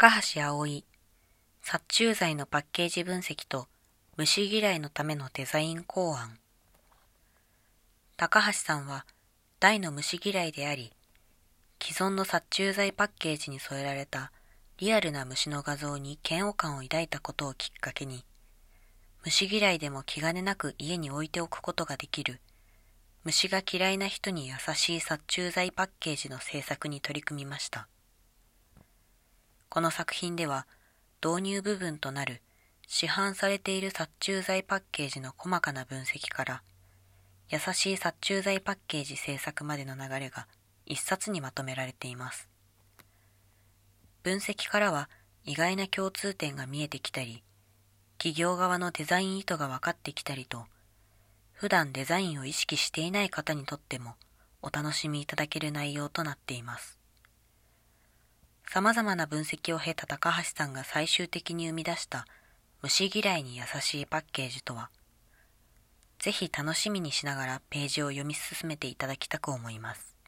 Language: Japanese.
高橋葵、殺虫剤のパッケージ分析と虫嫌いのためのデザイン考案。高橋さんは大の虫嫌いであり、既存の殺虫剤パッケージに添えられたリアルな虫の画像に嫌悪感を抱いたことをきっかけに、虫嫌いでも気兼ねなく家に置いておくことができる、虫が嫌いな人に優しい殺虫剤パッケージの制作に取り組みました。この作品では、導入部分となる市販されている殺虫剤パッケージの細かな分析から、優しい殺虫剤パッケージ制作までの流れが一冊にまとめられています。分析からは意外な共通点が見えてきたり、企業側のデザイン意図が分かってきたりと、普段デザインを意識していない方にとってもお楽しみいただける内容となっています。様々な分析を経た高橋さんが最終的に生み出した虫嫌いに優しいパッケージとは、ぜひ楽しみにしながらページを読み進めていただきたく思います。